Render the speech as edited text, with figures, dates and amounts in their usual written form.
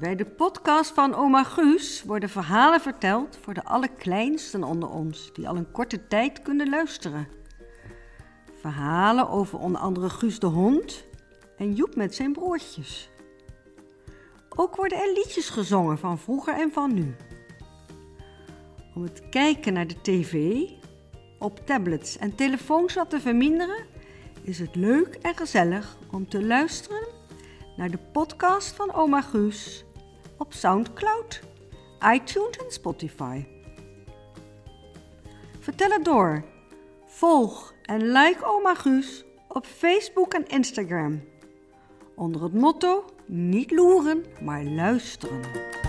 Bij de podcast van oma Guus worden verhalen verteld voor de allerkleinsten onder ons, die al een korte tijd kunnen luisteren. Verhalen over onder andere Guus de hond en Joep met zijn broertjes. Ook worden er liedjes gezongen van vroeger en van nu. Om het kijken naar de tv, op tablets en telefoons wat te verminderen, is het leuk en gezellig om te luisteren naar de podcast van oma Guus op Soundcloud, iTunes en Spotify. Vertel het door. Volg en like oma Guus op Facebook en Instagram. Onder het motto: niet loeren, maar luisteren.